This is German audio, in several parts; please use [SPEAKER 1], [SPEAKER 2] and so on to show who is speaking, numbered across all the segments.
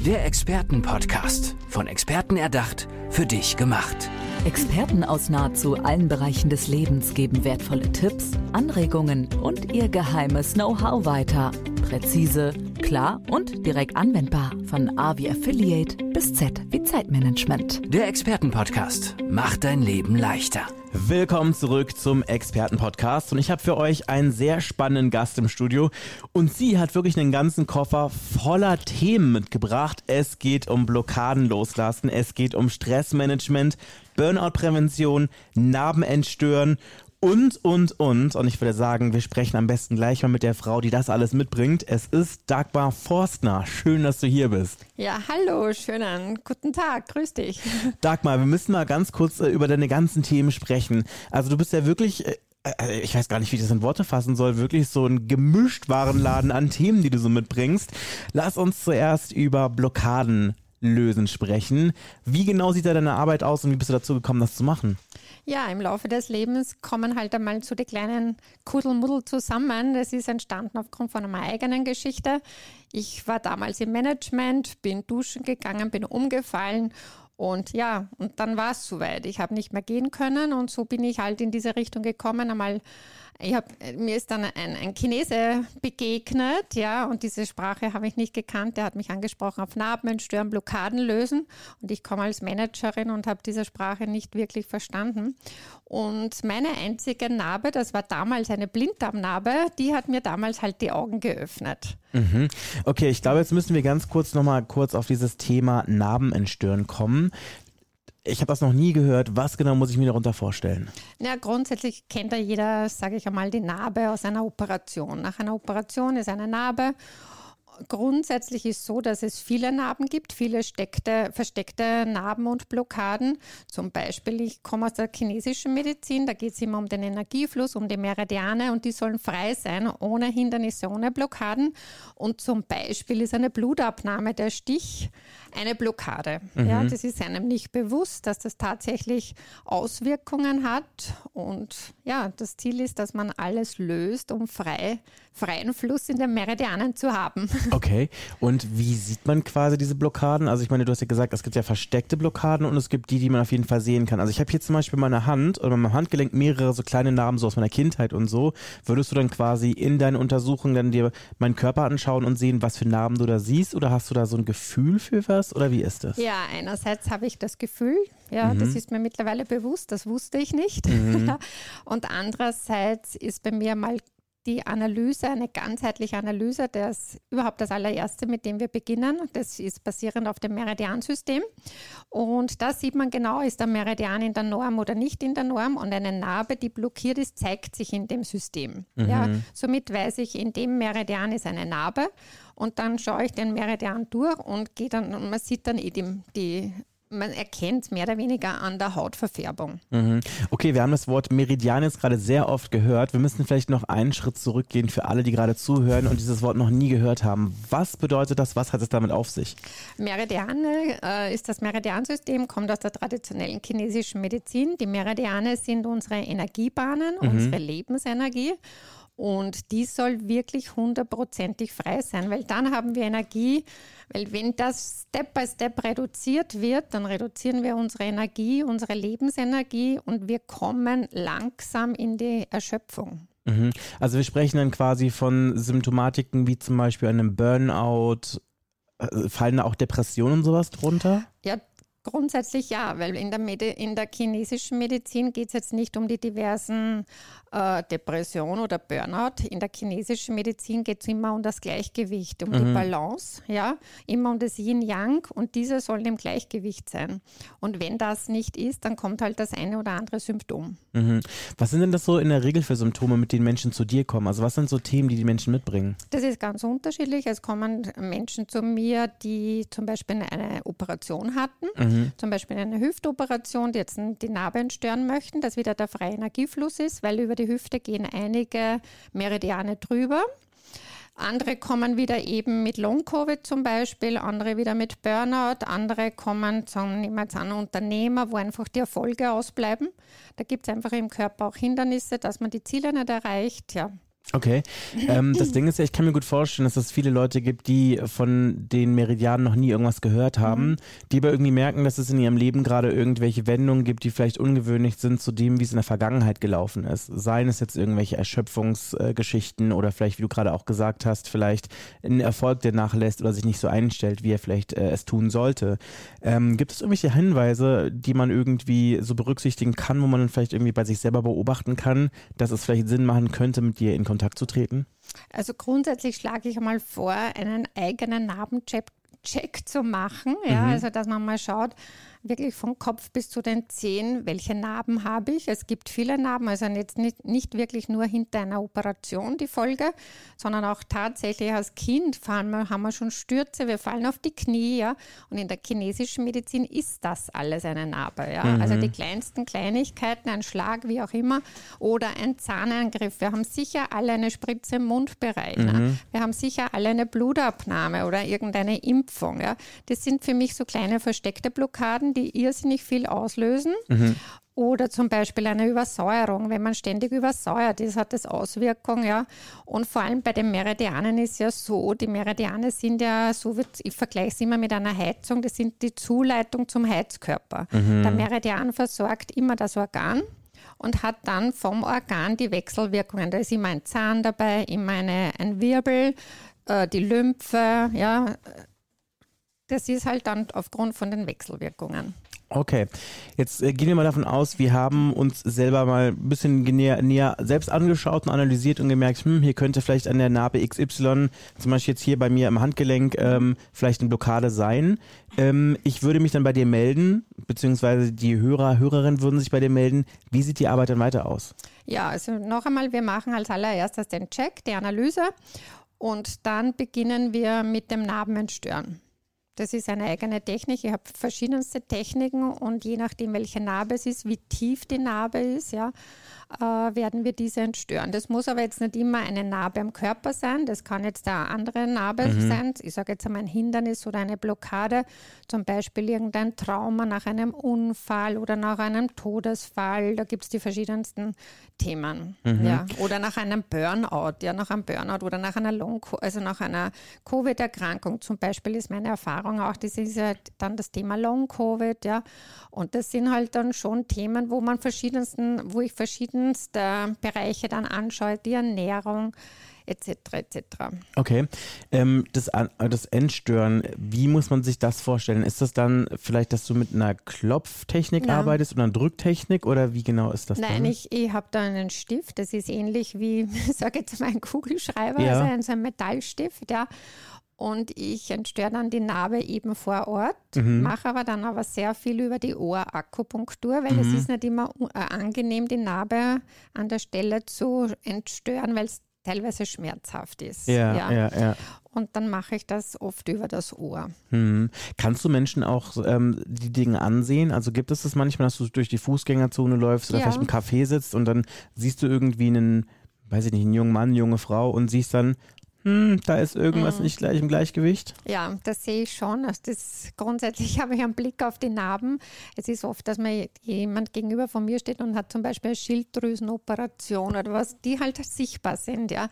[SPEAKER 1] Der Expertenpodcast. Von Experten erdacht, für dich gemacht.
[SPEAKER 2] Experten aus nahezu allen Bereichen des Lebens geben wertvolle Tipps, Anregungen und ihr geheimes Know-how weiter. Präzise, klar und direkt anwendbar. Von A wie Affiliate bis Z wie Zeitmanagement.
[SPEAKER 1] Der Expertenpodcast macht dein Leben leichter.
[SPEAKER 3] Willkommen zurück zum Expertenpodcast und ich habe für euch einen sehr spannenden Gast im Studio und sie hat wirklich einen ganzen Koffer voller Themen mitgebracht. Es geht um Blockaden loslassen, es geht um Stressmanagement, Burnout-Prävention, Narben entstören und ich würde sagen, wir sprechen am besten gleich mal mit der Frau, die das alles mitbringt. Es ist Dagmar Forstner. Schön, dass du hier bist.
[SPEAKER 4] Ja, hallo, schönen guten Tag, grüß dich.
[SPEAKER 3] Dagmar, wir müssen mal ganz kurz über deine ganzen Themen sprechen. Also du bist ja wirklich, ich weiß gar nicht, wie ich das in Worte fassen soll, wirklich so ein Gemischtwarenladen an Themen, die du so mitbringst. Lass uns zuerst über Blockaden lösen sprechen. Wie genau sieht da deine Arbeit aus und wie bist du dazu gekommen, das zu machen?
[SPEAKER 4] Ja, im Laufe des Lebens kommen halt einmal so die kleinen Kuddelmuddel zusammen. Das ist entstanden aufgrund von einer eigenen Geschichte. Ich war damals im Management, bin duschen gegangen, bin umgefallen und dann war es soweit. Ich habe nicht mehr gehen können und so bin ich halt in diese Richtung gekommen. Mir ist dann ein Chinese begegnet, ja, und diese Sprache habe ich nicht gekannt. Der hat mich angesprochen auf Narben entstören, Blockaden lösen und ich komme als Managerin und habe diese Sprache nicht wirklich verstanden. Und meine einzige Narbe, das war damals eine Blinddarmnarbe, die hat mir damals halt die Augen geöffnet.
[SPEAKER 3] Mhm. Okay, ich glaube, jetzt müssen wir ganz kurz auf dieses Thema Narben entstören kommen. Ich habe das noch nie gehört. Was genau muss ich mir darunter vorstellen?
[SPEAKER 4] Ja, grundsätzlich kennt ja jeder, sage ich einmal, die Narbe aus einer Operation. Nach einer Operation ist eine Narbe. Grundsätzlich ist so, dass es viele Narben gibt, viele versteckte Narben und Blockaden. Zum Beispiel, ich komme aus der chinesischen Medizin, da geht es immer um den Energiefluss, um die Meridiane und die sollen frei sein, ohne Hindernisse, ohne Blockaden. Und zum Beispiel ist eine Blutabnahme, der Stich, eine Blockade. Mhm. Ja, das ist einem nicht bewusst, dass das tatsächlich Auswirkungen hat. Und ja, das Ziel ist, dass man alles löst, um freien Fluss in den Meridianen zu haben.
[SPEAKER 3] Okay, und wie sieht man quasi diese Blockaden? Also ich meine, du hast ja gesagt, es gibt ja versteckte Blockaden und es gibt die man auf jeden Fall sehen kann. Also ich habe hier zum Beispiel meine Hand oder meinem Handgelenk mehrere so kleine Narben so aus meiner Kindheit und so. Würdest du dann quasi in deinen Untersuchungen dann dir meinen Körper anschauen und sehen, was für Narben du da siehst? Oder hast du da so ein Gefühl für was? Oder wie ist das?
[SPEAKER 4] Ja, einerseits habe ich das Gefühl, das ist mir mittlerweile bewusst, das wusste ich nicht. Und andererseits ist bei mir mal die Analyse, eine ganzheitliche Analyse, das ist überhaupt das allererste, mit dem wir beginnen. Das ist basierend auf dem Meridiansystem. Und da sieht man genau, ist der Meridian in der Norm oder nicht in der Norm. Und eine Narbe, die blockiert ist, zeigt sich in dem System. Mhm. Ja, somit weiß ich, in dem Meridian ist eine Narbe. Und dann schaue ich den Meridian durch und man sieht dann man erkennt mehr oder weniger an der Hautverfärbung.
[SPEAKER 3] Mhm. Okay, wir haben das Wort Meridian jetzt gerade sehr oft gehört. Wir müssen vielleicht noch einen Schritt zurückgehen für alle, die gerade zuhören und dieses Wort noch nie gehört haben. Was bedeutet das? Was hat es damit auf sich?
[SPEAKER 4] Meridiane ist das Meridiansystem, kommt aus der traditionellen chinesischen Medizin. Die Meridiane sind unsere Energiebahnen, unsere Lebensenergie. Und die soll wirklich 100%ig frei sein, weil dann haben wir Energie, weil wenn das Step by Step reduziert wird, dann reduzieren wir unsere Energie, unsere Lebensenergie und wir kommen langsam in die Erschöpfung.
[SPEAKER 3] Mhm. Also wir sprechen dann quasi von Symptomatiken wie zum Beispiel einem Burnout. Fallen da auch Depressionen und sowas drunter?
[SPEAKER 4] Ja, grundsätzlich ja, weil in der chinesischen Medizin geht es jetzt nicht um die diversen Depression oder Burnout. In der chinesischen Medizin geht es immer um das Gleichgewicht, um die Balance, ja, immer um das Yin-Yang und diese sollen im Gleichgewicht sein. Und wenn das nicht ist, dann kommt halt das eine oder andere Symptom.
[SPEAKER 3] Mhm. Was sind denn das so in der Regel für Symptome, mit denen Menschen zu dir kommen? Also was sind so Themen, die Menschen mitbringen?
[SPEAKER 4] Das ist ganz unterschiedlich. Es kommen Menschen zu mir, die zum Beispiel eine Operation hatten, zum Beispiel eine Hüftoperation, die jetzt die Narbe entstören möchten, dass wieder der freie Energiefluss ist, weil über die Hüfte gehen einige Meridiane drüber. Andere kommen wieder eben mit Long-Covid zum Beispiel, andere wieder mit Burnout, andere kommen, nehmen wir jetzt an, Unternehmer, wo einfach die Erfolge ausbleiben. Da gibt es einfach im Körper auch Hindernisse, dass man die Ziele nicht erreicht. Ja.
[SPEAKER 3] Okay. Das Ding ist ja, ich kann mir gut vorstellen, dass es viele Leute gibt, die von den Meridianen noch nie irgendwas gehört haben, die aber irgendwie merken, dass es in ihrem Leben gerade irgendwelche Wendungen gibt, die vielleicht ungewöhnlich sind zu dem, wie es in der Vergangenheit gelaufen ist. Seien es jetzt irgendwelche Erschöpfungsgeschichten oder vielleicht, wie du gerade auch gesagt hast, vielleicht ein Erfolg, der nachlässt oder sich nicht so einstellt, wie er vielleicht es tun sollte. Gibt es irgendwelche Hinweise, die man irgendwie so berücksichtigen kann, wo man dann vielleicht irgendwie bei sich selber beobachten kann, dass es vielleicht Sinn machen könnte, mit dir in Kontakt zu treten?
[SPEAKER 4] Also grundsätzlich schlage ich einmal vor, einen eigenen Narbencheck zu machen, ja, also dass man mal schaut, wirklich vom Kopf bis zu den Zehen, welche Narben habe ich. Es gibt viele Narben, also jetzt nicht wirklich nur hinter einer Operation die Folge, sondern auch tatsächlich als Kind haben wir schon Stürze, wir fallen auf die Knie, ja, und in der chinesischen Medizin ist das alles eine Narbe, ja, also die kleinsten Kleinigkeiten, ein Schlag, wie auch immer, oder ein Zahnangriff. Wir haben sicher alle eine Spritze im Mundbereich, ne? Wir haben sicher alle eine Blutabnahme oder irgendeine Impfung, ja. Das sind für mich so kleine versteckte Blockaden, die irrsinnig viel auslösen. Oder zum Beispiel eine Übersäuerung, wenn man ständig übersäuert ist, hat das Auswirkungen, ja. Und vor allem bei den Meridianen ist ja so, die Meridiane sind ja, so ich vergleiche es immer mit einer Heizung, das sind die Zuleitung zum Heizkörper. Der Meridian versorgt immer das Organ und hat dann vom Organ die Wechselwirkungen. Da ist immer ein Zahn dabei, immer ein Wirbel, die Lymphe, ja. Das ist halt dann aufgrund von den Wechselwirkungen.
[SPEAKER 3] Okay, jetzt gehen wir mal davon aus, wir haben uns selber mal ein bisschen näher selbst angeschaut und analysiert und gemerkt, hier könnte vielleicht an der Narbe XY, zum Beispiel jetzt hier bei mir im Handgelenk, vielleicht eine Blockade sein. Ich würde mich dann bei dir melden, beziehungsweise die Hörerinnen würden sich bei dir melden. Wie sieht die Arbeit dann weiter aus? Ja, also noch einmal, wir machen als allererstes den Check, die Analyse und dann beginnen wir mit dem Narbenentstören. Das ist eine eigene Technik. Ich habe verschiedenste Techniken und je nachdem, welche Narbe es ist, wie tief die Narbe ist, ja, werden wir diese entstören. Das muss aber jetzt nicht immer eine Narbe am Körper sein. Das kann jetzt eine andere Narbe sein. Ich sage jetzt einmal ein Hindernis oder eine Blockade. Zum Beispiel irgendein Trauma nach einem Unfall oder nach einem Todesfall. Da gibt es die verschiedensten Themen. Ja. Oder nach einem Burnout. Ja, nach einem Burnout oder nach einer nach einer Covid-Erkrankung zum Beispiel ist meine Erfahrung auch, das ist ja dann das Thema Long-Covid. Ja. Und das sind halt dann schon Themen, wo ich verschiedenste Bereiche dann anschaue, die Ernährung etc. etc. Okay, das Entstören, wie muss man sich das vorstellen? Ist das dann vielleicht, dass du mit einer Klopftechnik arbeitest oder einer Drücktechnik oder wie genau ist das dann?
[SPEAKER 4] Nein, ich habe da einen Stift, das ist ähnlich wie, ich sage jetzt mal ein Kugelschreiber, also so ein Metallstift, ja. Und ich entstöre dann die Narbe eben vor Ort, mache aber sehr viel über die Ohrakupunktur, weil es ist nicht immer angenehm, die Narbe an der Stelle zu entstören, weil es teilweise schmerzhaft ist. Ja. Und dann mache ich das oft über das Ohr.
[SPEAKER 3] Kannst du Menschen auch die Dinge ansehen? Also gibt es das manchmal, dass du durch die Fußgängerzone läufst oder vielleicht im Café sitzt und dann siehst du irgendwie einen jungen Mann, junge Frau und siehst dann, da ist irgendwas nicht gleich im Gleichgewicht? Ja, das sehe ich schon. Also grundsätzlich habe ich einen Blick auf die Narben. Es ist oft, dass mir jemand gegenüber von mir steht und hat zum Beispiel eine Schilddrüsenoperation oder was, die halt sichtbar sind, ja.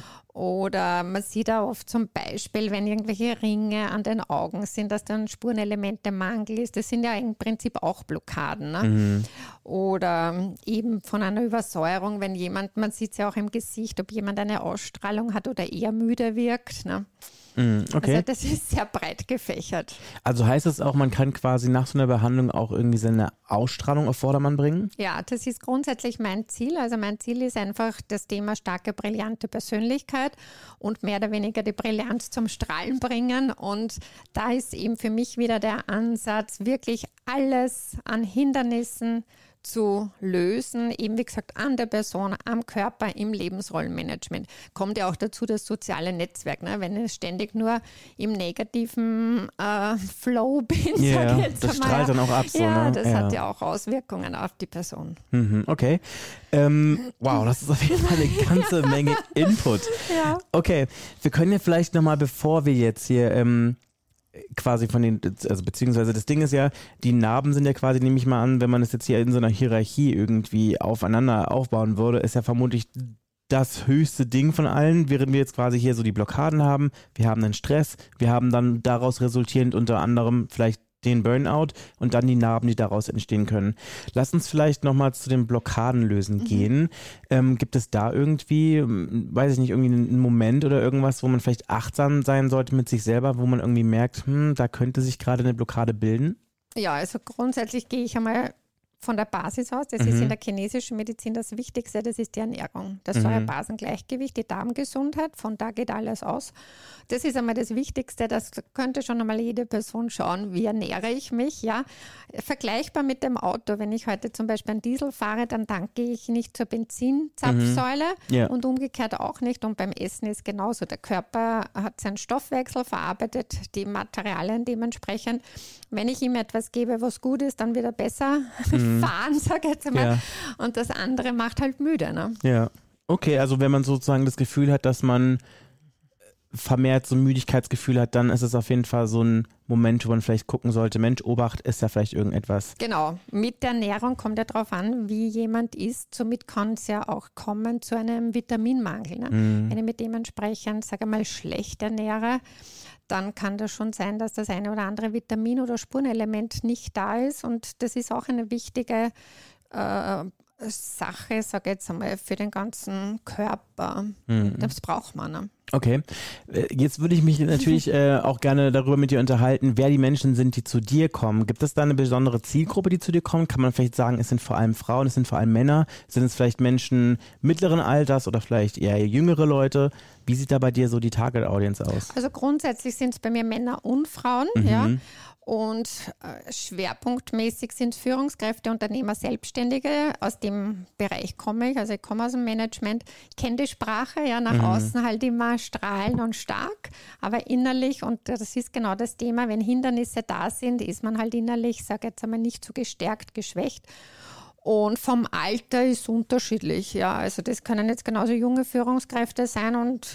[SPEAKER 3] Oder man sieht auch oft zum Beispiel, wenn irgendwelche Ringe an den Augen sind, dass dann Spurenelemente-Mangel ist. Das sind ja im Prinzip auch Blockaden. Ne? Oder eben von einer Übersäuerung, wenn jemand, man sieht es ja auch im Gesicht, ob jemand eine Ausstrahlung hat oder eher müde wirkt. Ne? Okay. Also das ist sehr breit gefächert. Also heißt es auch, man kann quasi nach so einer Behandlung auch irgendwie seine Ausstrahlung auf Vordermann bringen?
[SPEAKER 4] Ja, das ist grundsätzlich mein Ziel. Also mein Ziel ist einfach das Thema starke, brillante Persönlichkeit und mehr oder weniger die Brillanz zum Strahlen bringen. Und da ist eben für mich wieder der Ansatz, wirklich alles an Hindernissen zu lösen, eben wie gesagt an der Person, am Körper, im Lebensrollenmanagement. Kommt ja auch dazu das soziale Netzwerk, ne? Wenn ich ständig nur im negativen Flow bin,
[SPEAKER 3] sage ich jetzt das einmal. Strahlt dann auch ab.
[SPEAKER 4] Das hat ja auch Auswirkungen auf die Person.
[SPEAKER 3] Okay. Wow, das ist auf jeden Fall eine ganze Menge Input. Ja. Okay, wir können ja vielleicht nochmal, bevor wir jetzt hier quasi beziehungsweise das Ding ist ja, die Narben sind ja quasi, nehme ich mal an, wenn man es jetzt hier in so einer Hierarchie irgendwie aufeinander aufbauen würde, ist ja vermutlich das höchste Ding von allen, während wir jetzt quasi hier so die Blockaden haben. Wir haben einen Stress, wir haben dann daraus resultierend unter anderem vielleicht den Burnout und dann die Narben, die daraus entstehen können. Lass uns vielleicht nochmal zu den Blockadenlösen gehen. Gibt es da irgendwie, weiß ich nicht, irgendwie einen Moment oder irgendwas, wo man vielleicht achtsam sein sollte mit sich selber, wo man irgendwie merkt, da könnte sich gerade eine Blockade bilden?
[SPEAKER 4] Ja, also grundsätzlich gehe ich einmal von der Basis aus. Das ist in der chinesischen Medizin das Wichtigste, das ist die Ernährung. Das Säurebasengleichgewicht, die Darmgesundheit, von da geht alles aus. Das ist einmal das Wichtigste, das könnte schon einmal jede Person schauen, wie ernähre ich mich. Ja? Vergleichbar mit dem Auto, wenn ich heute zum Beispiel einen Diesel fahre, dann tanke ich nicht zur Benzinzapfsäule und umgekehrt auch nicht. Und beim Essen ist genauso. Der Körper hat seinen Stoffwechsel verarbeitet, die Materialien dementsprechend. Wenn ich ihm etwas gebe, was gut ist, dann wird er besser fahren, sag ich jetzt mal. Ja. Und das andere macht halt müde. Ne?
[SPEAKER 3] Ja, okay, also wenn man sozusagen das Gefühl hat, dass man vermehrt so ein Müdigkeitsgefühl hat, dann ist es auf jeden Fall so ein Moment, wo man vielleicht gucken sollte, Mensch, Obacht, ist da vielleicht irgendetwas?
[SPEAKER 4] Genau, mit der Ernährung kommt ja darauf an, wie jemand isst. Somit kann es ja auch kommen zu einem Vitaminmangel. Ne? Wenn ich mich dementsprechend, sage ich mal, schlecht ernähre, dann kann das schon sein, dass das eine oder andere Vitamin oder Spurenelement nicht da ist. Und das ist auch eine wichtige Sache, sage ich jetzt einmal, für den ganzen Körper. Das braucht man. Ne?
[SPEAKER 3] Okay, jetzt würde ich mich natürlich auch gerne darüber mit dir unterhalten, wer die Menschen sind, die zu dir kommen. Gibt es da eine besondere Zielgruppe, die zu dir kommen? Kann man vielleicht sagen, es sind vor allem Frauen, es sind vor allem Männer? Sind es vielleicht Menschen mittleren Alters oder vielleicht eher jüngere Leute? Wie sieht da bei dir so die Target Audience aus?
[SPEAKER 4] Also grundsätzlich sind es bei mir Männer und Frauen, ja. Und schwerpunktmäßig sind Führungskräfte, Unternehmer, Selbstständige. Aus dem Bereich komme ich, also ich komme aus dem Management. Ich kenne die Sprache, ja, nach außen halt immer strahlen und stark, aber innerlich, und das ist genau das Thema, wenn Hindernisse da sind, ist man halt innerlich, sage jetzt einmal, nicht so gestärkt, geschwächt. Und vom Alter ist unterschiedlich, ja. Also das können jetzt genauso junge Führungskräfte sein und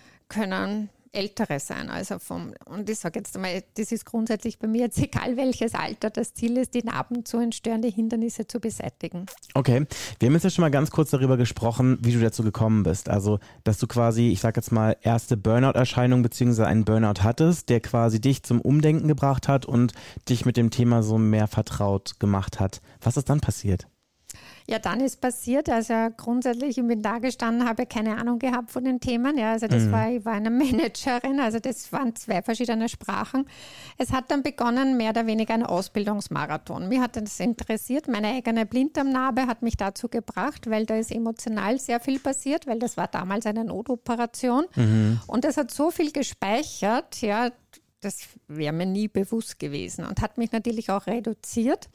[SPEAKER 4] können Ältere sein. Also und ich sage jetzt einmal, das ist grundsätzlich bei mir jetzt egal welches Alter. Das Ziel ist, die Narben zu entstören, die Hindernisse zu beseitigen.
[SPEAKER 3] Okay, wir haben jetzt ja schon mal ganz kurz darüber gesprochen, wie du dazu gekommen bist. Also, dass du quasi, ich sage jetzt mal, erste Burnout-Erscheinung bzw. einen Burnout hattest, der quasi dich zum Umdenken gebracht hat und dich mit dem Thema so mehr vertraut gemacht hat. Was ist dann passiert?
[SPEAKER 4] Ja, dann ist passiert, also grundsätzlich, ich bin da gestanden, habe keine Ahnung gehabt von den Themen, ja, also ich war eine Managerin, also das waren 2 verschiedene Sprachen. Es hat dann begonnen, mehr oder weniger ein Ausbildungsmarathon. Mir hat das interessiert, meine eigene Blinddarmnarbe hat mich dazu gebracht, weil da ist emotional sehr viel passiert, weil das war damals eine Notoperation und das hat so viel gespeichert, ja, das wäre mir nie bewusst gewesen und hat mich natürlich auch reduziert.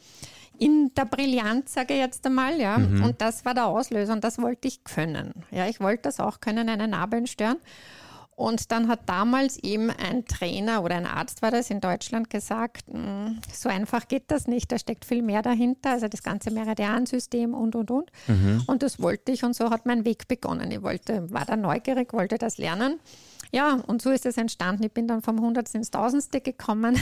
[SPEAKER 4] In der Brillanz, sage ich jetzt einmal, ja. Und das war der Auslöser und das wollte ich können. Ja, ich wollte das auch können, eine Narbe entstören. Und dann hat damals eben ein Trainer oder ein Arzt war das in Deutschland gesagt, so einfach geht das nicht, da steckt viel mehr dahinter, also das ganze Meridiansystem und. Und das wollte ich und so hat mein Weg begonnen. Ich war da neugierig, wollte das lernen. Ja, und so ist es entstanden. Ich bin dann vom 100. ins 1000. gekommen,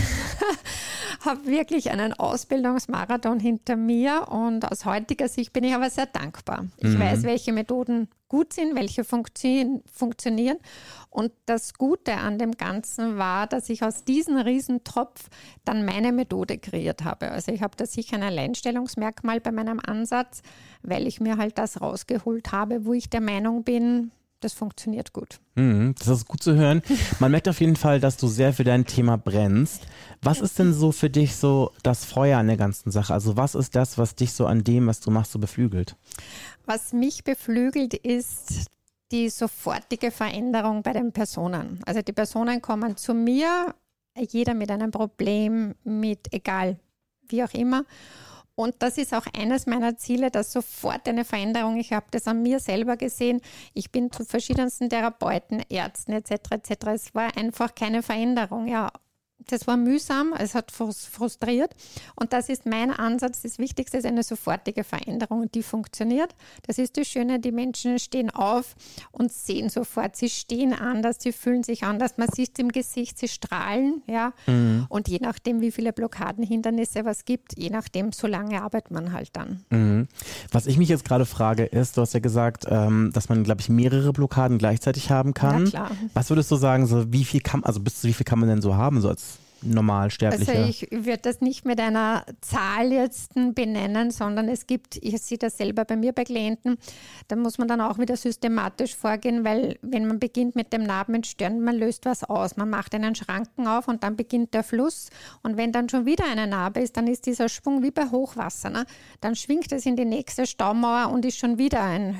[SPEAKER 4] habe wirklich einen Ausbildungsmarathon hinter mir und aus heutiger Sicht bin ich aber sehr dankbar. Ich weiß, welche Methoden gut sind, welche funktionieren und das Gute an dem Ganzen war, dass ich aus diesem Riesentopf dann meine Methode kreiert habe. Also ich habe da sicher ein Alleinstellungsmerkmal bei meinem Ansatz, weil ich mir halt das rausgeholt habe, wo ich der Meinung bin, das funktioniert gut.
[SPEAKER 3] Das ist gut zu hören. Man merkt auf jeden Fall, dass du sehr für dein Thema brennst. Was ist denn so für dich so das Feuer an der ganzen Sache? Also was ist das, was dich so an dem, was du machst, so beflügelt?
[SPEAKER 4] Was mich beflügelt, ist die sofortige Veränderung bei den Personen. Also die Personen kommen zu mir, jeder mit einem Problem, mit egal, wie auch immer. Und das ist auch eines meiner Ziele, dass sofort eine Veränderung, ich habe das an mir selber gesehen, ich bin zu verschiedensten Therapeuten, Ärzten etc. Es war einfach keine Veränderung. Ja. Das war mühsam, es hat frustriert und das ist mein Ansatz. Das Wichtigste ist eine sofortige Veränderung und die funktioniert. Das ist das Schöne, die Menschen stehen auf und sehen sofort. Sie stehen anders, sie fühlen sich anders, man sieht es im Gesicht, sie strahlen. Ja? Und je nachdem, wie viele Blockaden, Hindernisse es gibt, je nachdem, so lange arbeitet man halt dann.
[SPEAKER 3] Was ich mich jetzt gerade frage ist, du hast ja gesagt, dass man, glaube ich, mehrere Blockaden gleichzeitig haben kann.
[SPEAKER 4] Ja, klar.
[SPEAKER 3] Was würdest du sagen, so bis zu wie viel kann man denn so haben, so als Normalsterblicher?
[SPEAKER 4] Also ich würde das nicht mit einer Zahl jetzt benennen, sondern es gibt, ich sehe das selber bei mir bei Klienten, da muss man dann auch wieder systematisch vorgehen, weil wenn man beginnt mit dem Narbenentstören, man löst was aus, man macht einen Schranken auf und dann beginnt der Fluss und wenn dann schon wieder eine Narbe ist, dann ist dieser Schwung wie bei Hochwasser, ne? Dann schwingt es in die nächste Staumauer und ist schon wieder ein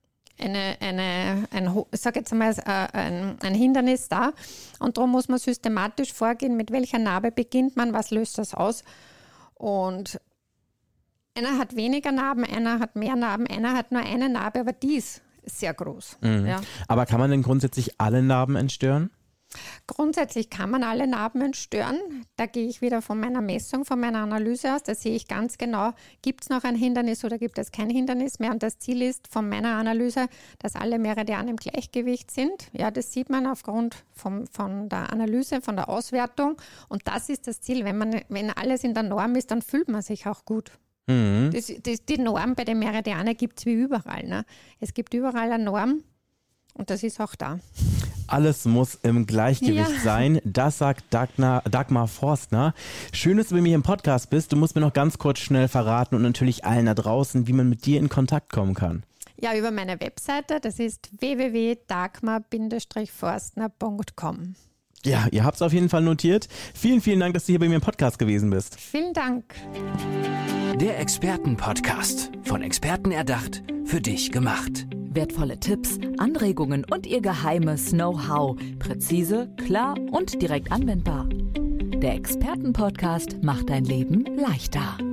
[SPEAKER 4] Hindernis da und darum muss man systematisch vorgehen, mit welcher Narbe beginnt man, was löst das aus und einer hat weniger Narben, einer hat mehr Narben, einer hat nur eine Narbe, aber die ist sehr groß. Ja.
[SPEAKER 3] Aber kann man denn grundsätzlich alle Narben entstören?
[SPEAKER 4] Grundsätzlich kann man alle Narben entstören. Da gehe ich wieder von meiner Messung, von meiner Analyse aus. Da sehe ich ganz genau, gibt es noch ein Hindernis oder gibt es kein Hindernis mehr. Und das Ziel ist von meiner Analyse, dass alle Meridiane im Gleichgewicht sind. Ja, das sieht man aufgrund von der Analyse, von der Auswertung. Und das ist das Ziel. Wenn alles in der Norm ist, dann fühlt man sich auch gut. Die Norm bei den Meridianen gibt es wie überall. Ne? Es gibt überall eine Norm und das ist auch da.
[SPEAKER 3] Alles muss im Gleichgewicht sein. Das sagt Dagmar Forstner. Schön, dass du bei mir im Podcast bist. Du musst mir noch ganz kurz schnell verraten und natürlich allen da draußen, wie man mit dir in Kontakt kommen kann.
[SPEAKER 4] Ja, über meine Webseite. Das ist www.dagmar-forstner.com.
[SPEAKER 3] Ja, ihr habt es auf jeden Fall notiert. Vielen, vielen Dank, dass du hier bei mir im Podcast gewesen bist.
[SPEAKER 4] Vielen Dank.
[SPEAKER 1] Der Expertenpodcast. Von Experten erdacht, für dich gemacht.
[SPEAKER 2] Wertvolle Tipps, Anregungen und ihr geheimes Know-how. Präzise, klar und direkt anwendbar. Der Expertenpodcast macht dein Leben leichter.